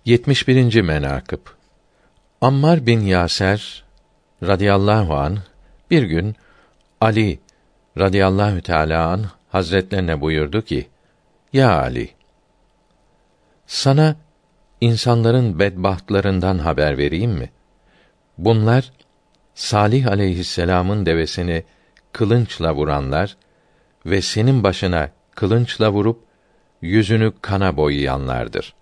71. menakıb Ammar bin Yâser radıyallahu anh bir gün Ali radıyallahu teâlâ anh hazretlerine buyurdu ki: Ya Ali, sana insanların bedbahtlarından haber vereyim mi? Bunlar Salih aleyhisselam'ın devesini kılınçla vuranlar ve senin başına kılınçla vurup yüzünü kana boyayanlardır.